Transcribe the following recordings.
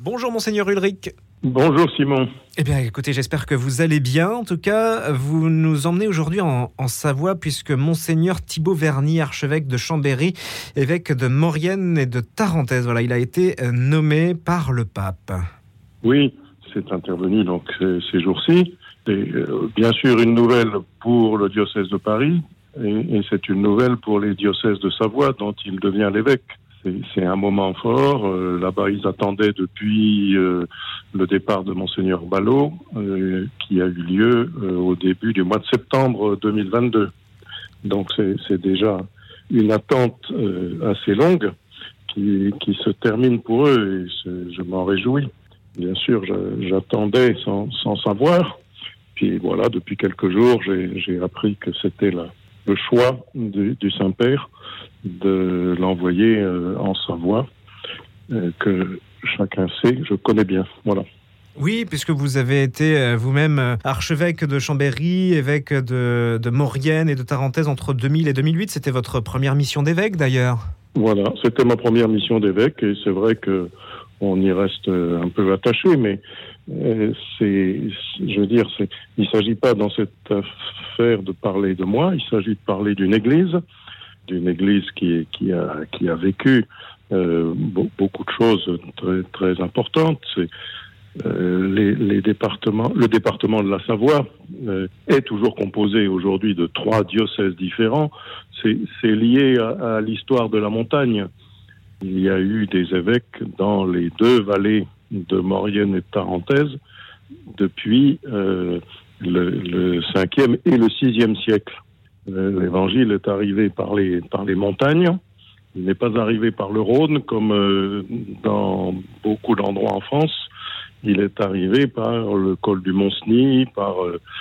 Bonjour Monseigneur Ulrich. Bonjour Simon. Eh bien écoutez, j'espère que vous allez bien. En tout cas, vous nous emmenez aujourd'hui en Savoie puisque Monseigneur Thibaut Verny, archevêque de Chambéry, évêque de Maurienne et de Tarentaise, voilà, il a été nommé par le pape. Oui, c'est intervenu donc ces jours-ci. Et bien sûr une nouvelle pour le diocèse de Paris et c'est une nouvelle pour les diocèses de Savoie dont il devient l'évêque. C'est un moment fort. Là-bas, ils attendaient depuis le départ de Monseigneur Ballot, qui a eu lieu au début du mois de septembre 2022. Donc, c'est déjà une attente assez longue qui se termine pour eux et je m'en réjouis. Bien sûr, j'attendais sans savoir. Puis voilà, depuis quelques jours, j'ai appris que c'était le choix du Saint-Père de l'envoyer en Savoie, que chacun sait, je connais bien. Voilà. Oui, puisque vous avez été vous-même archevêque de Chambéry, évêque de Maurienne et de Tarentaise entre 2000 et 2008. C'était votre première mission d'évêque d'ailleurs. Voilà, c'était ma première mission d'évêque et c'est vrai que on y reste un peu attaché, mais il ne s'agit pas dans cette affaire de parler de moi, il s'agit de parler d'une église qui a vécu beaucoup de choses très, très importantes. Le département de la Savoie est toujours composé aujourd'hui de 3 diocèses différents. C'est lié à l'histoire de la montagne. Il y a eu des évêques dans les 2 vallées de Maurienne et de Tarentaise depuis le 5e et le 6e siècle. L'évangile est arrivé par les montagnes. Il n'est pas arrivé par le Rhône comme dans beaucoup d'endroits en France. Il est arrivé par le col du Mont-Cenis, par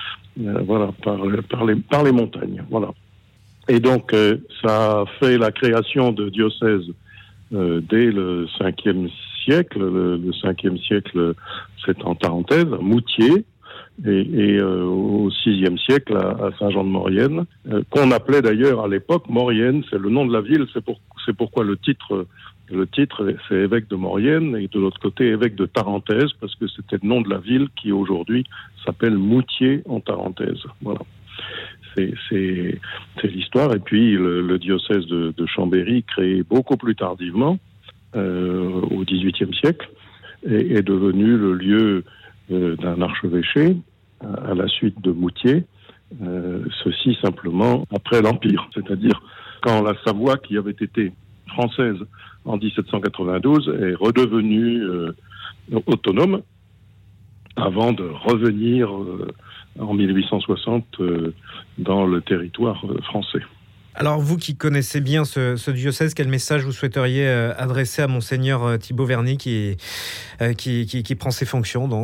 les montagnes. Voilà. Et donc ça a fait la création de diocèses dès le 5e siècle. Le 5e siècle, c'est en Tarentaise, à Moutier. Et au 6e siècle à Saint-Jean-de-Maurienne, qu'on appelait d'ailleurs à l'époque Maurienne, c'est le nom de la ville, c'est pourquoi le titre c'est évêque de Maurienne et de l'autre côté évêque de Tarentaise, parce que c'était le nom de la ville qui aujourd'hui s'appelle Moutier en Tarentaise. Voilà. C'est l'histoire. Et puis le diocèse de Chambéry, créé beaucoup plus tardivement, au XVIIIe siècle, est devenu le lieu d'un archevêché à la suite de Moutier, ceci simplement après l'Empire, c'est-à-dire quand la Savoie, qui avait été française en 1792, est redevenue autonome avant de revenir en 1860 dans le territoire français. Alors vous qui connaissez bien ce diocèse, quel message vous souhaiteriez adresser à Monseigneur Thibaut Verny qui prend ses fonctions donc ?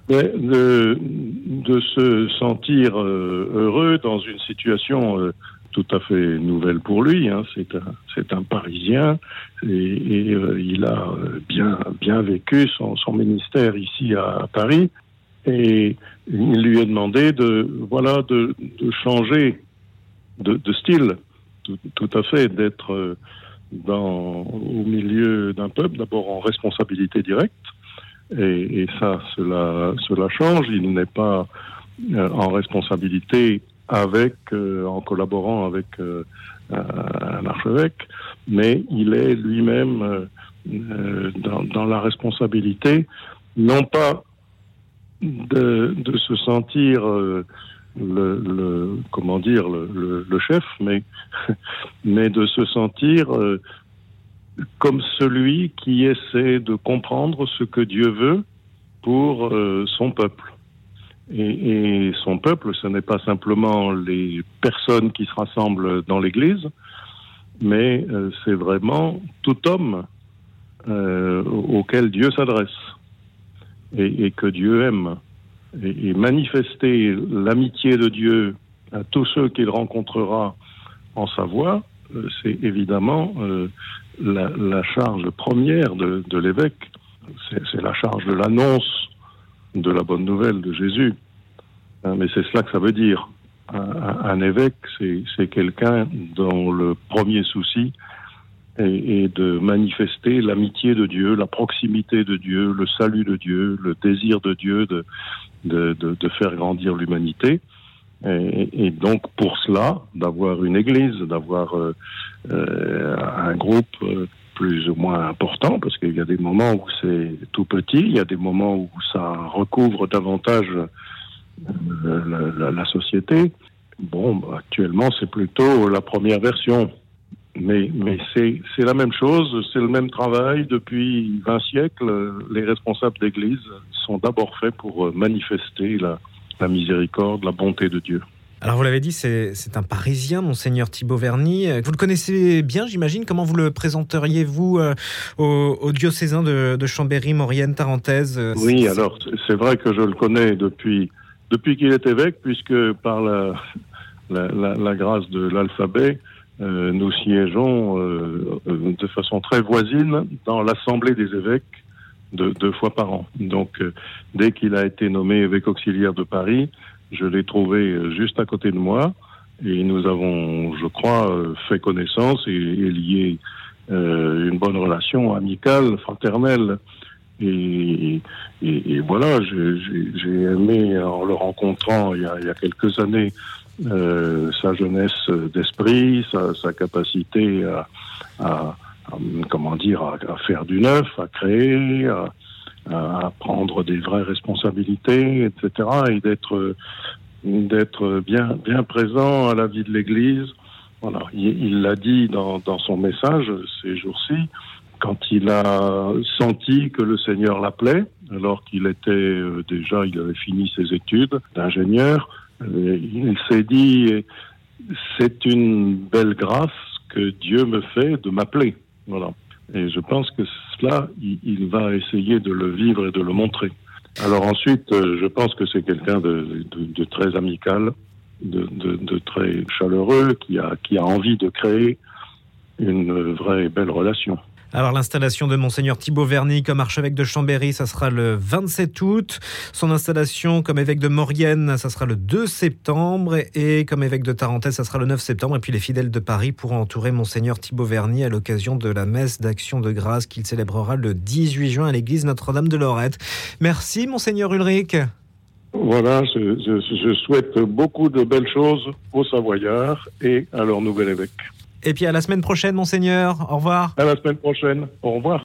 De se sentir heureux dans une situation tout à fait nouvelle pour lui. Hein. C'est un Parisien et il a bien vécu son ministère ici à Paris. Et il lui est demandé de changer de style, tout à fait, d'être au milieu d'un peuple, d'abord en responsabilité directe. Et ça, cela change. Il n'est pas en responsabilité en collaborant avec un archevêque, mais il est lui-même dans la responsabilité, non pas de se sentir le chef, mais de se sentir comme celui qui essaie de comprendre ce que Dieu veut pour son peuple. Et son peuple, ce n'est pas simplement les personnes qui se rassemblent dans l'Église, mais c'est vraiment tout homme auquel Dieu s'adresse et que Dieu aime. Et manifester l'amitié de Dieu à tous ceux qu'il rencontrera en Savoie, c'est évidemment la charge première de l'évêque. C'est la charge de l'annonce de la bonne nouvelle de Jésus. Mais c'est cela que ça veut dire. Un évêque, c'est quelqu'un dont le premier souci, et de manifester l'amitié de Dieu, la proximité de Dieu, le salut de Dieu, le désir de Dieu de faire grandir l'humanité. Et donc pour cela, d'avoir une église, d'avoir un groupe plus ou moins important, parce qu'il y a des moments où c'est tout petit, il y a des moments où ça recouvre davantage la société. Bon, actuellement, c'est plutôt la première version. Mais c'est la même chose, c'est le même travail. Depuis 20 siècles, les responsables d'église sont d'abord faits pour manifester la miséricorde, la bonté de Dieu. Alors vous l'avez dit, c'est un Parisien, Monseigneur Thibaut Verny. Vous le connaissez bien, j'imagine. Comment vous le présenteriez-vous au diocésain de Chambéry, Maurienne, Tarentaise? Oui, alors c'est vrai que je le connais depuis qu'il est évêque, puisque par la grâce de l'alphabet, nous siégeons de façon très voisine dans l'Assemblée des évêques deux fois par an. Donc, dès qu'il a été nommé évêque auxiliaire de Paris, je l'ai trouvé juste à côté de moi et nous avons, je crois, fait connaissance et lié une bonne relation amicale, fraternelle. Et voilà, j'ai aimé, en le rencontrant il y a quelques années, sa jeunesse d'esprit, sa capacité à faire du neuf, à créer, à prendre des vraies responsabilités, etc. Et d'être bien présent à la vie de l'Église. Voilà, il l'a dit dans son message ces jours-ci, quand il a senti que le Seigneur l'appelait, alors qu'il était il avait fini ses études d'ingénieur, il s'est dit, c'est une belle grâce que Dieu me fait de m'appeler. Voilà. Et je pense que cela, il va essayer de le vivre et de le montrer. Alors ensuite, je pense que c'est quelqu'un de très amical, de très chaleureux, qui a envie de créer une vraie et belle relation. Alors l'installation de Monseigneur Thibaut Verny comme archevêque de Chambéry, ça sera le 27 août. Son installation comme évêque de Maurienne, ça sera le 2 septembre. Et comme évêque de Tarentaise, ça sera le 9 septembre. Et puis les fidèles de Paris pourront entourer Monseigneur Thibaut Verny à l'occasion de la messe d'Action de grâce qu'il célébrera le 18 juin à l'église Notre-Dame de Lorette. Merci Monseigneur Ulrich. Voilà, je souhaite beaucoup de belles choses aux Savoyards et à leur nouvel évêque. Et puis à la semaine prochaine, Monseigneur. Au revoir. À la semaine prochaine. Au revoir.